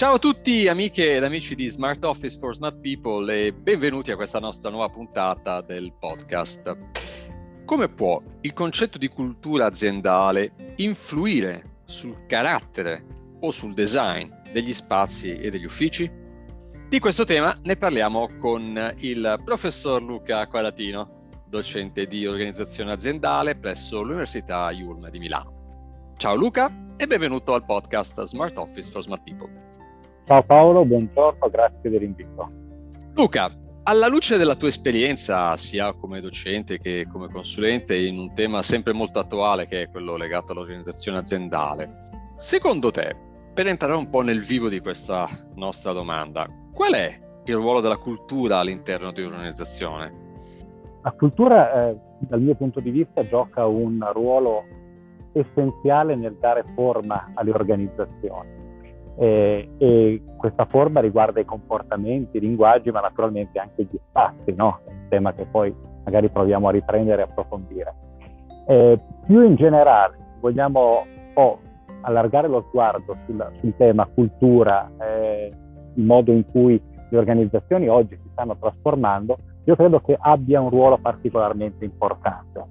Ciao a tutti amiche ed amici di Smart Office for Smart People e benvenuti a questa nostra nuova puntata del podcast. Come può il concetto di cultura aziendale influire sul carattere o sul design degli spazi e degli uffici? Di questo tema ne parliamo con il professor Luca Quadatino, docente di organizzazione aziendale presso l'Università IULM di Milano. Ciao Luca e benvenuto al podcast Smart Office for Smart People. Ciao Paolo, buongiorno, grazie dell'invito. Luca, alla luce della tua esperienza sia come docente che come consulente in un tema sempre molto attuale che è quello legato all'organizzazione aziendale, secondo te, per entrare un po' nel vivo di questa nostra domanda, qual è il ruolo della cultura all'interno di un'organizzazione? La cultura, dal mio punto di vista, gioca un ruolo essenziale nel dare forma alle organizzazioni. E questa forma riguarda i comportamenti, i linguaggi, ma naturalmente anche gli spazi, no? Un tema che poi magari proviamo a riprendere e approfondire. Più in generale, vogliamo un po' allargare lo sguardo sul tema cultura, il modo in cui le organizzazioni oggi si stanno trasformando, io credo che abbia un ruolo particolarmente importante.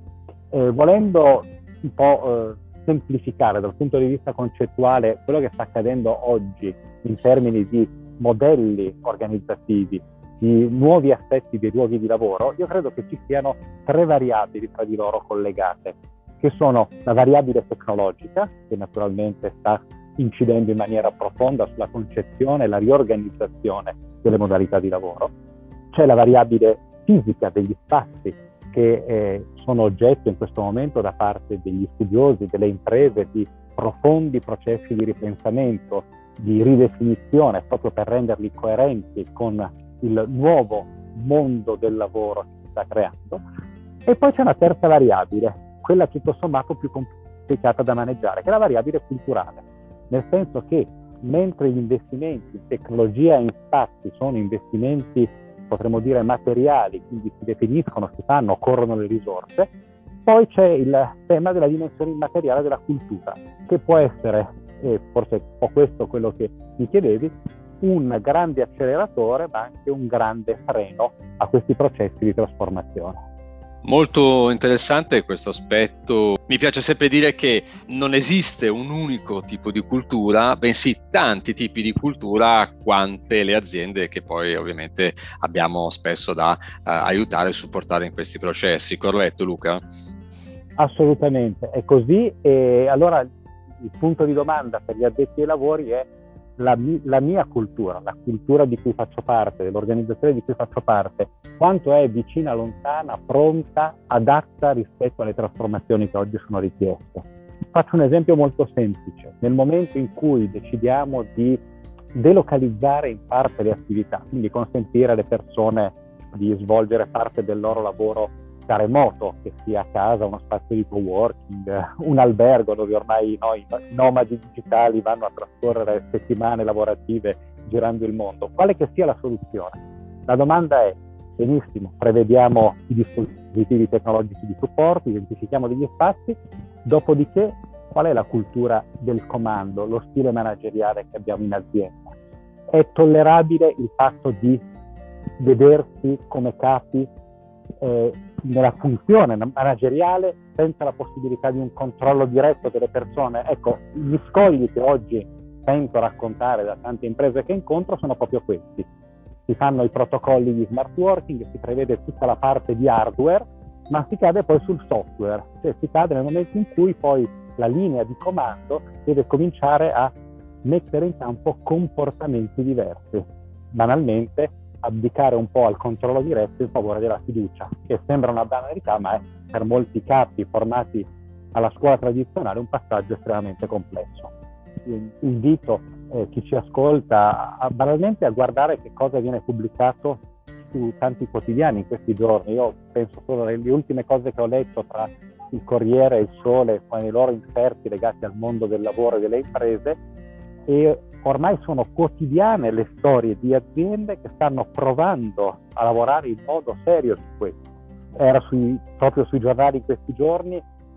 Volendo un po' semplificare dal punto di vista concettuale quello che sta accadendo oggi in termini di modelli organizzativi, di nuovi assetti dei luoghi di lavoro, io credo che ci siano tre variabili tra di loro collegate, che sono la variabile tecnologica, che naturalmente sta incidendo in maniera profonda sulla concezione e la riorganizzazione delle modalità di lavoro. C'è la variabile fisica degli spazi, che sono oggetto in questo momento da parte degli studiosi, delle imprese, di profondi processi di ripensamento, di ridefinizione, proprio per renderli coerenti con il nuovo mondo del lavoro che si sta creando. E poi c'è una terza variabile, quella tutto sommato più complicata da maneggiare, che è la variabile culturale, nel senso che mentre gli investimenti in tecnologia e in spazi sono investimenti, potremmo dire, materiali, quindi si definiscono, si fanno, corrono le risorse, poi c'è il tema della dimensione immateriale della cultura, che può essere, forse un po' questo quello che mi chiedevi, un grande acceleratore ma anche un grande freno a questi processi di trasformazione. Molto interessante questo aspetto. Mi piace sempre dire che non esiste un unico tipo di cultura, bensì tanti tipi di cultura, quante le aziende che poi ovviamente abbiamo spesso da aiutare e supportare in questi processi. Corretto, Luca? Assolutamente, è così. E allora il punto di domanda per gli addetti ai lavori è la mia cultura, la cultura di cui faccio parte, dell'organizzazione di cui faccio parte, quanto è vicina, lontana, pronta, adatta rispetto alle trasformazioni che oggi sono richieste. Faccio un esempio molto semplice. Nel momento in cui decidiamo di delocalizzare in parte le attività, quindi consentire alle persone di svolgere parte del loro lavoro da remoto, che sia a casa, uno spazio di coworking, un albergo dove ormai i nomadi digitali vanno a trascorrere settimane lavorative girando il mondo, quale che sia la soluzione? La domanda è: benissimo, prevediamo i dispositivi tecnologici di supporto, identifichiamo degli spazi, dopodiché qual è la cultura del comando, lo stile manageriale che abbiamo in azienda? È tollerabile il fatto di vedersi come capi nella funzione manageriale senza la possibilità di un controllo diretto delle persone? Ecco, gli scogli che oggi sento raccontare da tante imprese che incontro sono proprio questi. Si fanno i protocolli di smart working, si prevede tutta la parte di hardware, ma si cade poi sul software, cioè si cade nel momento in cui poi la linea di comando deve cominciare a mettere in campo comportamenti diversi. Banalmente, abdicare un po' al controllo diretto in favore della fiducia, che sembra una banalità, ma è per molti capi formati alla scuola tradizionale un passaggio estremamente complesso. Invito chi ci ascolta banalmente a guardare che cosa viene pubblicato su tanti quotidiani in questi giorni. Io penso solo alle ultime cose che ho letto tra il Corriere e il Sole, con i loro inserti legati al mondo del lavoro e delle imprese, e ormai sono quotidiane le storie di aziende che stanno provando a lavorare in modo serio su questo. Era proprio sui giornali in questi giorni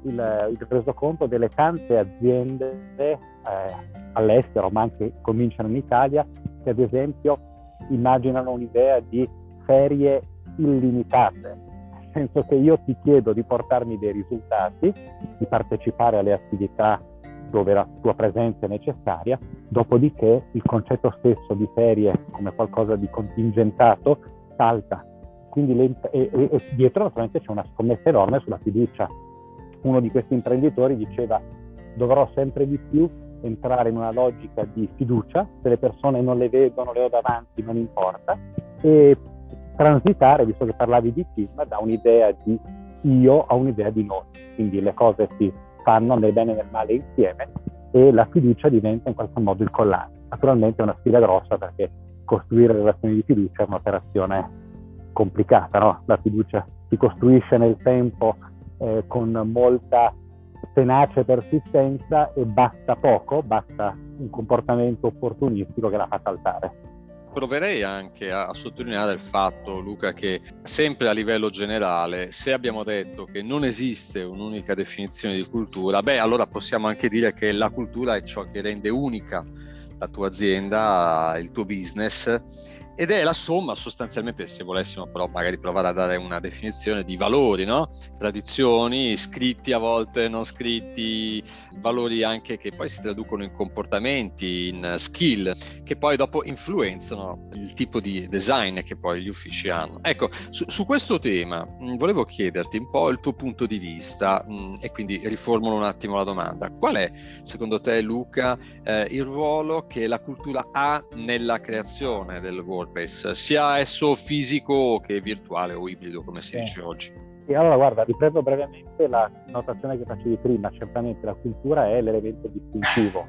il resoconto delle tante aziende all'estero, ma anche cominciano in Italia, che ad esempio immaginano un'idea di ferie illimitate, nel senso che io ti chiedo di portarmi dei risultati, di partecipare alle attività dove la tua presenza è necessaria, dopodiché il concetto stesso di ferie come qualcosa di contingentato salta. Quindi dietro naturalmente c'è una scommessa enorme sulla fiducia. Uno di questi imprenditori diceva: dovrò sempre di più entrare in una logica di fiducia, se le persone non le vedono, le ho davanti, non importa, e transitare, visto che parlavi di team, da un'idea di io a un'idea di noi. Quindi le cose si fanno nel bene e nel male insieme e la fiducia diventa in qualche modo il collante. Naturalmente è una sfida grossa, perché costruire relazioni di fiducia è un'operazione complicata, no? La fiducia si costruisce nel tempo con molta tenace e persistenza, e basta poco, basta un comportamento opportunistico che la fa saltare. Proverei anche a sottolineare il fatto, Luca, che sempre a livello generale, se abbiamo detto che non esiste un'unica definizione di cultura, allora possiamo anche dire che la cultura è ciò che rende unica la tua azienda, il tuo business, ed è la somma sostanzialmente, se volessimo però magari provare a dare una definizione, di valori, no? Tradizioni, scritti a volte, non scritti, valori anche che poi si traducono in comportamenti, in skill, che poi dopo influenzano il tipo di design che poi gli uffici hanno. Ecco, su questo tema volevo chiederti un po' il tuo punto di vista, e quindi riformulo un attimo la domanda. Qual è, secondo te, Luca, il ruolo che la cultura ha nella creazione del WordPress, sia esso fisico che virtuale o ibrido, come si dice oggi? E allora, guarda, riprendo brevemente la notazione che facevi prima. Certamente la cultura è l'elemento distintivo.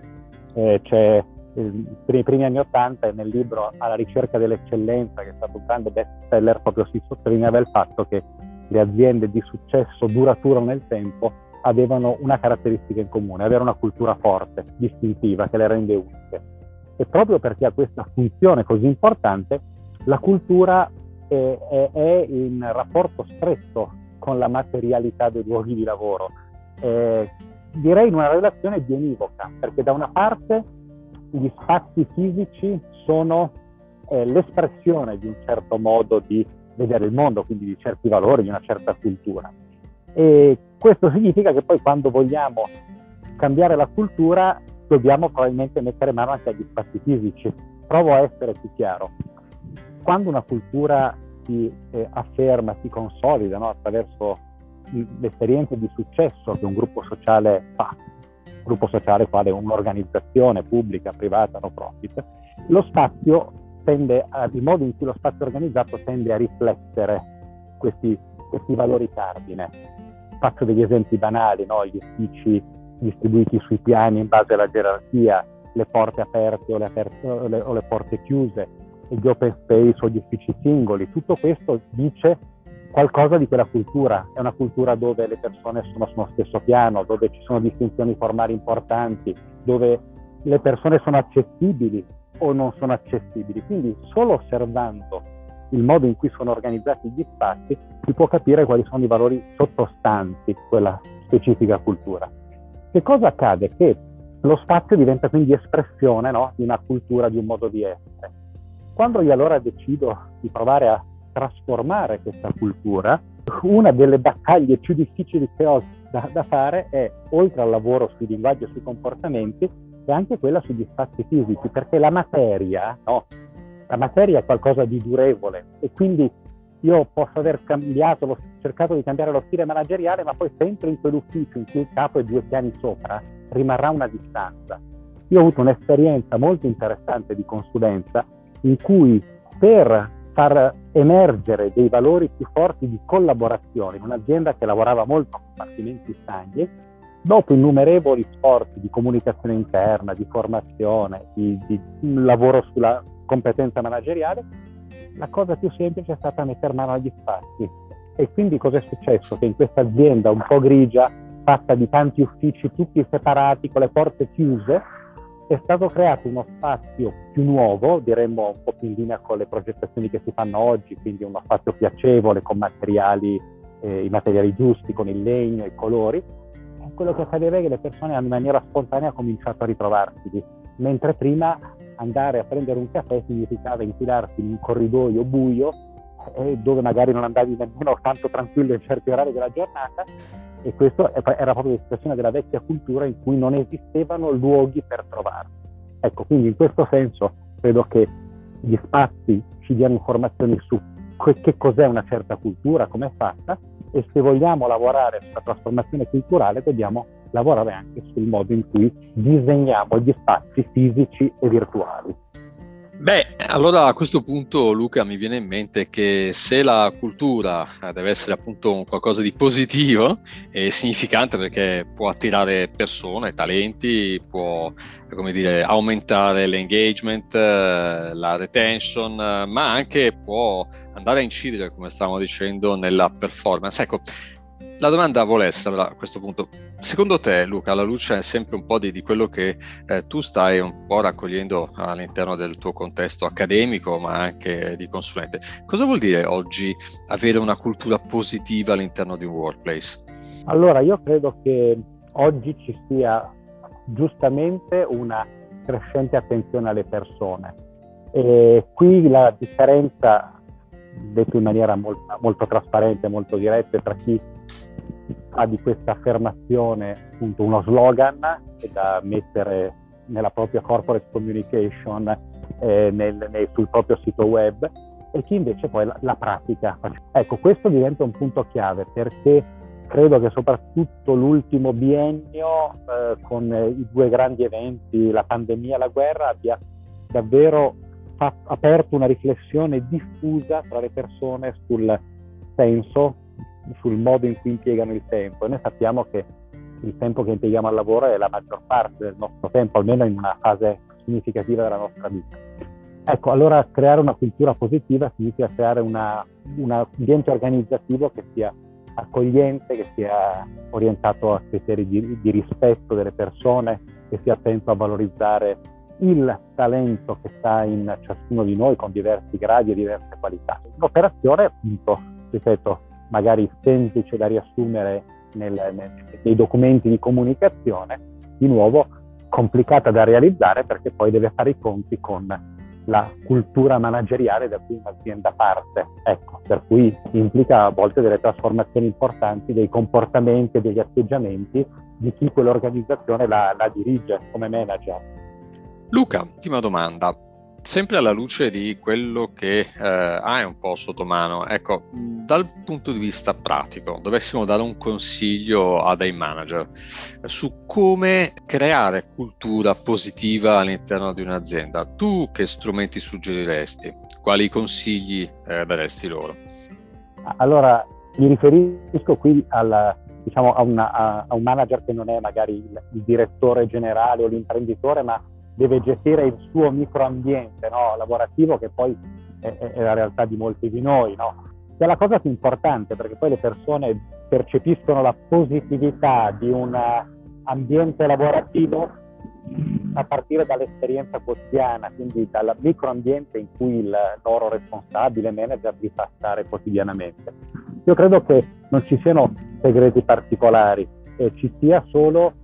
C'è per i primi anni '80, nel libro Alla ricerca dell'eccellenza, che è stato un grande bestseller, proprio si sottolineava il fatto che le aziende di successo duraturo nel tempo avevano una caratteristica in comune: avere una cultura forte, distintiva, che le rende uniche. E proprio perché ha questa funzione così importante, la cultura è in rapporto stretto con la materialità dei luoghi di lavoro. Direi in una relazione bionivoca, perché da una parte gli spazi fisici sono l'espressione di un certo modo di vedere il mondo, quindi di certi valori, di una certa cultura. E questo significa che poi, quando vogliamo cambiare la cultura, dobbiamo probabilmente mettere mano anche agli spazi fisici. Provo a essere più chiaro. Quando una cultura si afferma, si consolida, no? Attraverso le esperienze di successo che un gruppo sociale fa, gruppo sociale quale un'organizzazione pubblica, privata, no profit, lo spazio il modo in cui lo spazio è organizzato tende a riflettere questi valori cardine. Faccio degli esempi banali, no? Gli uffici distribuiti sui piani in base alla gerarchia, le porte aperte o le porte chiuse, gli open space o gli uffici singoli. Tutto questo dice qualcosa di quella cultura. È una cultura dove le persone sono sullo stesso piano, dove ci sono distinzioni formali importanti, dove le persone sono accessibili o non sono accessibili. Quindi solo osservando il modo in cui sono organizzati gli spazi si può capire quali sono i valori sottostanti quella specifica cultura. Che cosa accade? Che lo spazio diventa quindi espressione, no? Di una cultura, di un modo di essere. Quando io allora decido di provare a trasformare questa cultura, una delle battaglie più difficili che ho da fare è, oltre al lavoro sui linguaggi e sui comportamenti, è anche quella sugli spazi fisici, perché la materia è qualcosa di durevole, e quindi io posso aver cercato di cambiare lo stile manageriale, ma poi sempre in quell'ufficio in cui il capo è 2 piani sopra rimarrà una distanza. Io ho avuto un'esperienza molto interessante di consulenza in cui, per far emergere dei valori più forti di collaborazione in un'azienda che lavorava molto a compartimenti stagni, dopo innumerevoli sforzi di comunicazione interna, di formazione, di lavoro sulla competenza manageriale, la cosa più semplice è stata mettere mano agli spazi. E quindi cosa è successo? Che in questa azienda un po' grigia, fatta di tanti uffici tutti separati, con le porte chiuse, è stato creato uno spazio più nuovo, diremmo un po' più in linea con le progettazioni che si fanno oggi, quindi uno spazio piacevole, con i materiali giusti, con il legno, i colori, quello che accadeva è che le persone in maniera spontanea hanno cominciato a ritrovarsi lì, mentre prima andare a prendere un caffè significava infilarsi in un corridoio buio dove magari non andavi nemmeno tanto tranquillo in certi orari della giornata, e questo era proprio l'espressione della vecchia cultura in cui non esistevano luoghi per trovarsi. Ecco, quindi in questo senso credo che gli spazi ci diano informazioni su che cos'è una certa cultura, come è fatta, e se vogliamo lavorare sulla trasformazione culturale dobbiamo lavorare anche sul modo in cui disegniamo gli spazi fisici e virtuali. Beh, allora a questo punto, Luca, mi viene in mente che se la cultura deve essere appunto un qualcosa di positivo e significante, perché può attirare persone, talenti, può, come dire, aumentare l'engagement, la retention, ma anche può andare a incidere, come stavamo dicendo, nella performance. Ecco, la domanda vuole essere a questo punto: secondo te, Luca, alla luce sempre un po' di quello che tu stai un po' raccogliendo all'interno del tuo contesto accademico, ma anche di consulente, cosa vuol dire oggi avere una cultura positiva all'interno di un workplace? Allora, io credo che oggi ci sia giustamente una crescente attenzione alle persone, e qui la differenza, detto in maniera molto trasparente, molto diretta, tra chi ha di questa affermazione appunto uno slogan da mettere nella propria corporate communication, sul proprio sito web, e chi invece poi la pratica. Ecco, questo diventa un punto chiave, perché credo che soprattutto l'ultimo biennio, con i due grandi eventi, la pandemia e la guerra, abbia davvero aperto una riflessione diffusa tra le persone sul senso, sul modo in cui impiegano il tempo. E noi sappiamo che il tempo che impieghiamo al lavoro è la maggior parte del nostro tempo, almeno in una fase significativa della nostra vita. Ecco, allora creare una cultura positiva significa creare un ambiente organizzativo che sia accogliente, che sia orientato a criteri di rispetto delle persone, che sia attento a valorizzare il talento che sta in ciascuno di noi con diversi gradi e diverse qualità. Un'operazione, appunto, ripeto, magari semplice da riassumere nei documenti di comunicazione, di nuovo complicata da realizzare, perché poi deve fare i conti con la cultura manageriale da cui un'azienda parte. Ecco, per cui implica a volte delle trasformazioni importanti dei comportamenti e degli atteggiamenti di chi quell'organizzazione la dirige come manager. Luca, ultima domanda. Sempre alla luce di quello che hai un po' sotto mano, ecco, dal punto di vista pratico, dovessimo dare un consiglio a dei manager su come creare cultura positiva all'interno di un'azienda, tu che strumenti suggeriresti? Quali consigli daresti loro? Allora, mi riferisco qui a un manager che non è magari il direttore generale o l'imprenditore, ma deve gestire il suo microambiente, no, lavorativo, che poi è la realtà di molti di noi, no? Che è la cosa più importante, perché poi le persone percepiscono la positività di un ambiente lavorativo a partire dall'esperienza quotidiana, quindi dal microambiente in cui il loro responsabile, manager, vi fa stare quotidianamente. Io credo che non ci siano segreti particolari, ci sia solo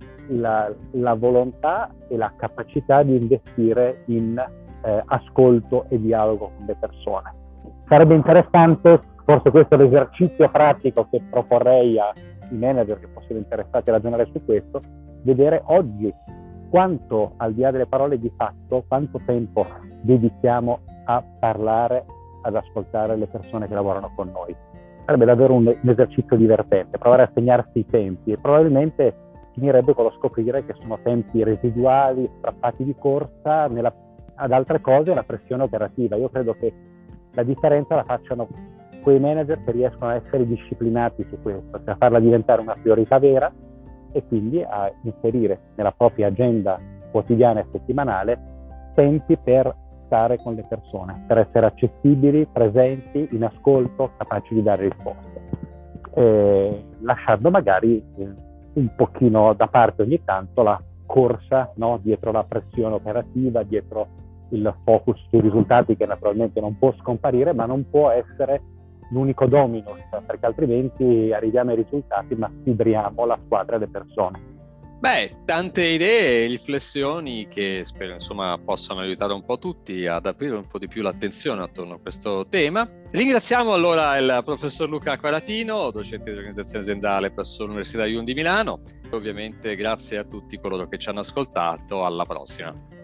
la volontà e la capacità di investire in ascolto e dialogo con le persone. Sarebbe interessante, forse questo è l'esercizio pratico che proporrei ai manager che fossero interessati a ragionare su questo, vedere oggi quanto, al di là delle parole di fatto, quanto tempo dedichiamo a parlare, ad ascoltare le persone che lavorano con noi. Sarebbe davvero un esercizio divertente, provare a segnarsi i tempi, e probabilmente finirebbe con lo scoprire che sono tempi residuali, strappati di corsa, ad altre cose la pressione operativa. Io credo che la differenza la facciano quei manager che riescono a essere disciplinati su questo, cioè a farla diventare una priorità vera e quindi a inserire nella propria agenda quotidiana e settimanale tempi per stare con le persone, per essere accessibili, presenti, in ascolto, capaci di dare risposte, lasciando magari un pochino da parte ogni tanto la corsa, no? Dietro la pressione operativa, dietro il focus sui risultati, che naturalmente non può scomparire, ma non può essere l'unico dominus, perché altrimenti arriviamo ai risultati ma sfidriamo la squadra e le persone. Beh, tante idee e riflessioni che spero insomma possano aiutare un po' tutti ad aprire un po' di più l'attenzione attorno a questo tema. Ringraziamo allora il professor Luca Acquaratino, docente di organizzazione aziendale presso l'Università IUN di Milano. Ovviamente grazie a tutti coloro che ci hanno ascoltato, alla prossima.